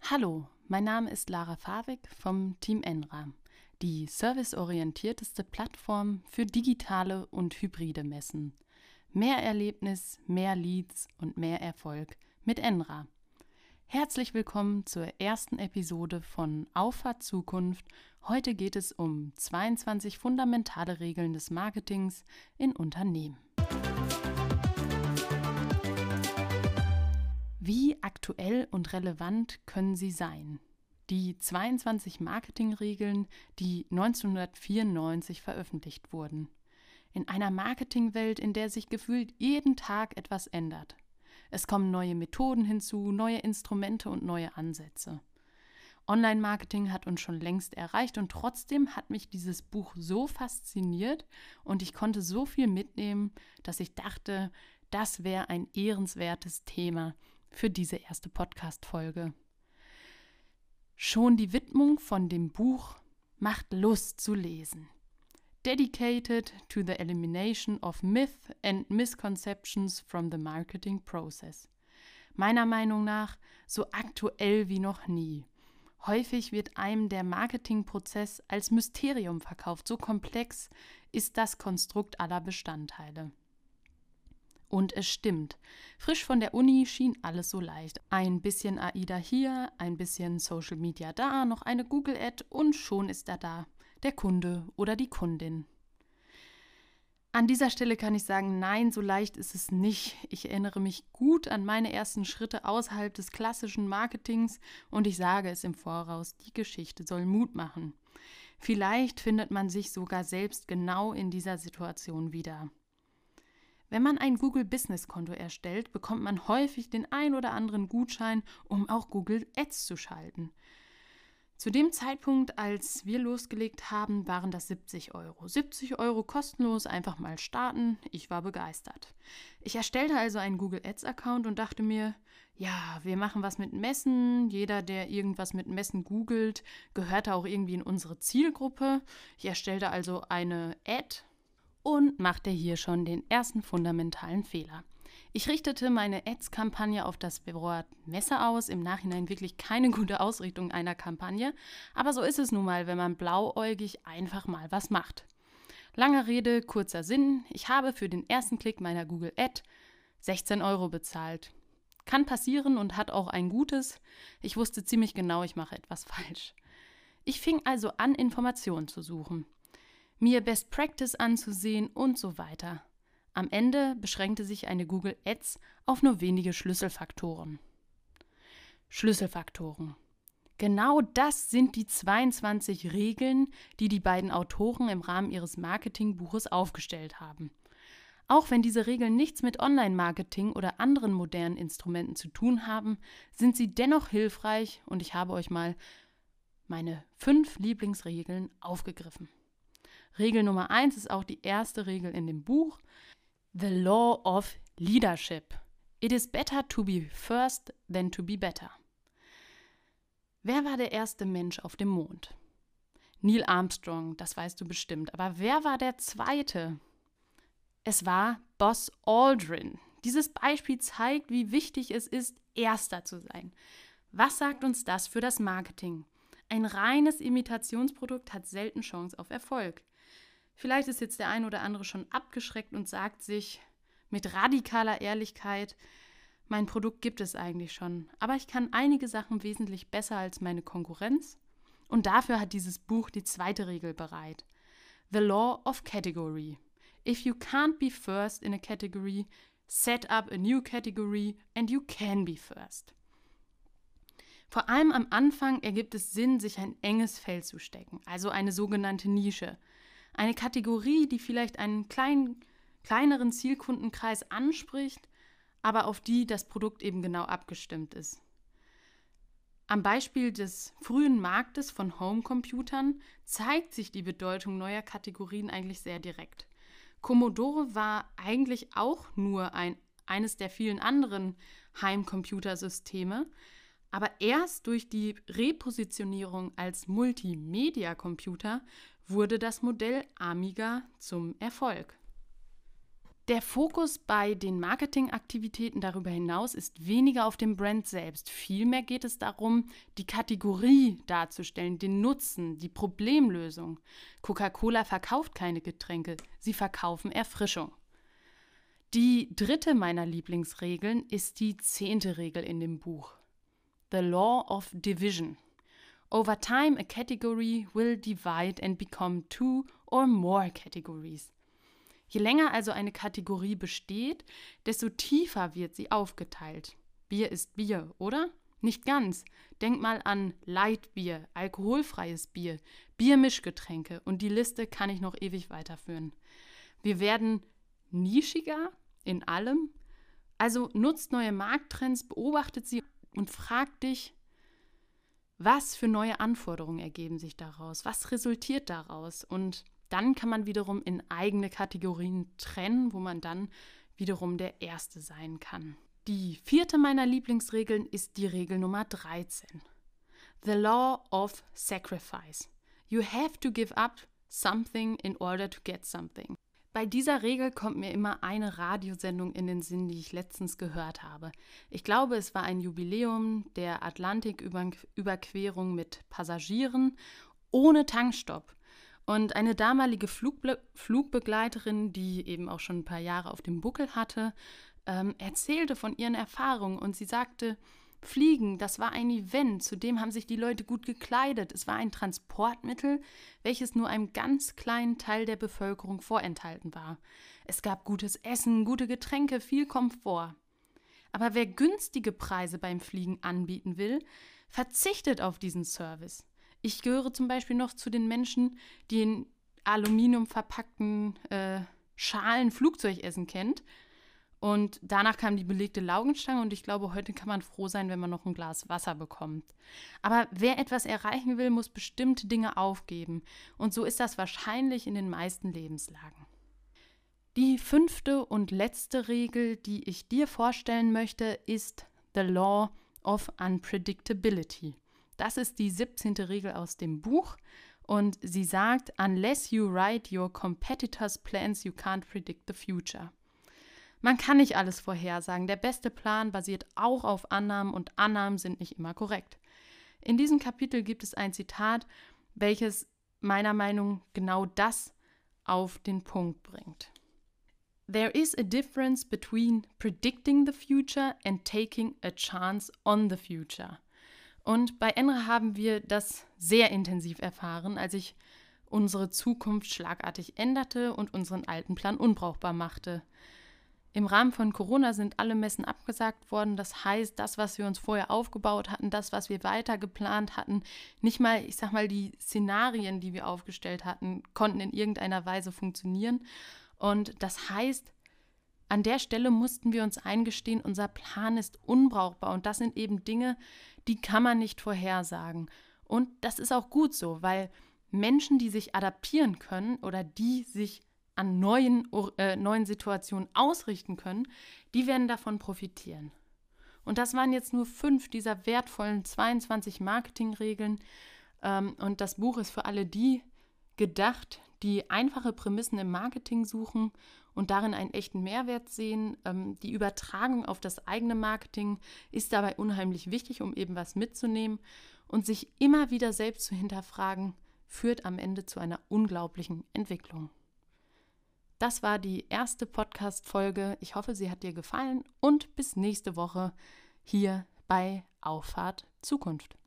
Hallo, mein Name ist Lara Fawig vom Team Enra, die serviceorientierteste Plattform für digitale und hybride Messen. Mehr Erlebnis, mehr Leads und mehr Erfolg mit Enra. Herzlich willkommen zur ersten Episode von Auffahrt Zukunft. Heute geht es um 22 fundamentale Regeln des Marketings in Unternehmen. Wie aktuell und relevant können sie sein? Die 22 Marketingregeln, die 1994 veröffentlicht wurden. In einer Marketingwelt, in der sich gefühlt jeden Tag etwas ändert. Es kommen neue Methoden hinzu, neue Instrumente und neue Ansätze. Online-Marketing hat uns schon längst erreicht und trotzdem hat mich dieses Buch so fasziniert und ich konnte so viel mitnehmen, dass ich dachte, das wäre ein ehrenswertes Thema für diese erste Podcast-Folge. Schon die Widmung von dem Buch macht Lust zu lesen. Dedicated to the elimination of myth and misconceptions from the marketing process. Meiner Meinung nach so aktuell wie noch nie. Häufig wird einem der Marketingprozess als Mysterium verkauft. So komplex ist das Konstrukt aller Bestandteile. Und es stimmt. Frisch von der Uni schien alles so leicht. Ein bisschen AIDA hier, ein bisschen Social Media da, noch eine Google-Ad und schon ist er da, der Kunde oder die Kundin. An dieser Stelle kann ich sagen, nein, so leicht ist es nicht. Ich erinnere mich gut an meine ersten Schritte außerhalb des klassischen Marketings und ich sage es im Voraus, die Geschichte soll Mut machen. Vielleicht findet man sich sogar selbst genau in dieser Situation wieder. Wenn man ein Google-Business-Konto erstellt, bekommt man häufig den ein oder anderen Gutschein, um auch Google Ads zu schalten. Zu dem Zeitpunkt, als wir losgelegt haben, waren das 70 Euro. 70 Euro kostenlos, einfach mal starten. Ich war begeistert. Ich erstellte also einen Google Ads-Account und dachte mir, ja, wir machen was mit Messen. Jeder, der irgendwas mit Messen googelt, gehörte auch irgendwie in unsere Zielgruppe. Ich erstellte also eine Ad und machte hier schon den ersten fundamentalen Fehler. Ich richtete meine Ads-Kampagne auf das Wort Messe aus, im Nachhinein wirklich keine gute Ausrichtung einer Kampagne, aber so ist es nun mal, wenn man blauäugig einfach mal was macht. Lange Rede, kurzer Sinn, ich habe für den ersten Klick meiner Google Ad 16 Euro bezahlt. Kann passieren und hat auch ein Gutes. Ich wusste ziemlich genau, ich mache etwas falsch. Ich fing also an, Informationen zu suchen, mir Best Practice anzusehen und so weiter. Am Ende beschränkte sich eine Google Ads auf nur wenige Schlüsselfaktoren. Schlüsselfaktoren. Genau das sind die 22 Regeln, die die beiden Autoren im Rahmen ihres Marketingbuches aufgestellt haben. Auch wenn diese Regeln nichts mit Online-Marketing oder anderen modernen Instrumenten zu tun haben, sind sie dennoch hilfreich und ich habe euch mal meine 5 Lieblingsregeln aufgegriffen. Regel Nummer 1 ist auch die erste Regel in dem Buch. The Law of Leadership. It is better to be first than to be better. Wer war der erste Mensch auf dem Mond? Neil Armstrong, das weißt du bestimmt. Aber wer war der zweite? Es war Buzz Aldrin. Dieses Beispiel zeigt, wie wichtig es ist, Erster zu sein. Was sagt uns das für das Marketing? Ein reines Imitationsprodukt hat selten Chance auf Erfolg. Vielleicht ist jetzt der ein oder andere schon abgeschreckt und sagt sich mit radikaler Ehrlichkeit, mein Produkt gibt es eigentlich schon, aber ich kann einige Sachen wesentlich besser als meine Konkurrenz und dafür hat dieses Buch die zweite Regel bereit. The Law of Category. If you can't be first in a category, set up a new category and you can be first. Vor allem am Anfang ergibt es Sinn, sich ein enges Feld zu stecken, also eine sogenannte Nische. Eine Kategorie, die vielleicht einen kleineren Zielkundenkreis anspricht, aber auf die das Produkt eben genau abgestimmt ist. Am Beispiel des frühen Marktes von Homecomputern zeigt sich die Bedeutung neuer Kategorien eigentlich sehr direkt. Commodore war eigentlich auch nur eines der vielen anderen Heimcomputersysteme, aber erst durch die Repositionierung als Multimedia-Computer wurde das Modell Amiga zum Erfolg. Der Fokus bei den Marketingaktivitäten darüber hinaus ist weniger auf dem Brand selbst. Vielmehr geht es darum, die Kategorie darzustellen, den Nutzen, die Problemlösung. Coca-Cola verkauft keine Getränke, sie verkaufen Erfrischung. Die dritte meiner Lieblingsregeln ist die 10. Regel in dem Buch. The Law of Division. Over time, a category will divide and become 2 or more categories. Je länger also eine Kategorie besteht, desto tiefer wird sie aufgeteilt. Bier ist Bier, oder? Nicht ganz. Denk mal an Lightbier, alkoholfreies Bier, Biermischgetränke und die Liste kann ich noch ewig weiterführen. Wir werden nischiger in allem. Also nutzt neue Markttrends, beobachtet sie und fragt dich, was für neue Anforderungen ergeben sich daraus? Was resultiert daraus? Und dann kann man wiederum in eigene Kategorien trennen, wo man dann wiederum der Erste sein kann. Die 4. meiner Lieblingsregeln ist die Regel Nummer 13. The Law of Sacrifice. You have to give up something in order to get something. Bei dieser Regel kommt mir immer eine Radiosendung in den Sinn, die ich letztens gehört habe. Ich glaube, es war ein Jubiläum der Atlantiküberquerung mit Passagieren ohne Tankstopp. Und eine damalige Flugbegleiterin, die eben auch schon ein paar Jahre auf dem Buckel hatte, erzählte von ihren Erfahrungen und sie sagte, Fliegen, das war ein Event, zudem haben sich die Leute gut gekleidet. Es war ein Transportmittel, welches nur einem ganz kleinen Teil der Bevölkerung vorenthalten war. Es gab gutes Essen, gute Getränke, viel Komfort. Aber wer günstige Preise beim Fliegen anbieten will, verzichtet auf diesen Service. Ich gehöre zum Beispiel noch zu den Menschen, die in Aluminium verpackten Schalen Flugzeugessen kennt. Und danach kam die belegte Laugenstange und ich glaube, heute kann man froh sein, wenn man noch ein Glas Wasser bekommt. Aber wer etwas erreichen will, muss bestimmte Dinge aufgeben. Und so ist das wahrscheinlich in den meisten Lebenslagen. Die 5. und letzte Regel, die ich dir vorstellen möchte, ist The Law of Unpredictability. Das ist die 17. Regel aus dem Buch und sie sagt, unless you write your competitors' plans, you can't predict the future. Man kann nicht alles vorhersagen. Der beste Plan basiert auch auf Annahmen und Annahmen sind nicht immer korrekt. In diesem Kapitel gibt es ein Zitat, welches meiner Meinung nach genau das auf den Punkt bringt. There is a difference between predicting the future and taking a chance on the future. Und bei Enra haben wir das sehr intensiv erfahren, als ich unsere Zukunft schlagartig änderte und unseren alten Plan unbrauchbar machte. Im Rahmen von Corona sind alle Messen abgesagt worden. Das heißt, das, was wir uns vorher aufgebaut hatten, das, was wir weiter geplant hatten, nicht mal, ich sag mal, die Szenarien, die wir aufgestellt hatten, konnten in irgendeiner Weise funktionieren. Und das heißt, an der Stelle mussten wir uns eingestehen, unser Plan ist unbrauchbar. Und das sind eben Dinge, die kann man nicht vorhersagen. Und das ist auch gut so, weil Menschen, die sich adaptieren können oder die sich an neuen Situationen ausrichten können, die werden davon profitieren. Und das waren jetzt nur 5 dieser wertvollen 22 Marketingregeln. Und das Buch ist für alle die gedacht, die einfache Prämissen im Marketing suchen und darin einen echten Mehrwert sehen. Die Übertragung auf das eigene Marketing ist dabei unheimlich wichtig, um eben was mitzunehmen. Und sich immer wieder selbst zu hinterfragen, führt am Ende zu einer unglaublichen Entwicklung. Das war die erste Podcast-Folge. Ich hoffe, sie hat dir gefallen und bis nächste Woche hier bei Auffahrt Zukunft.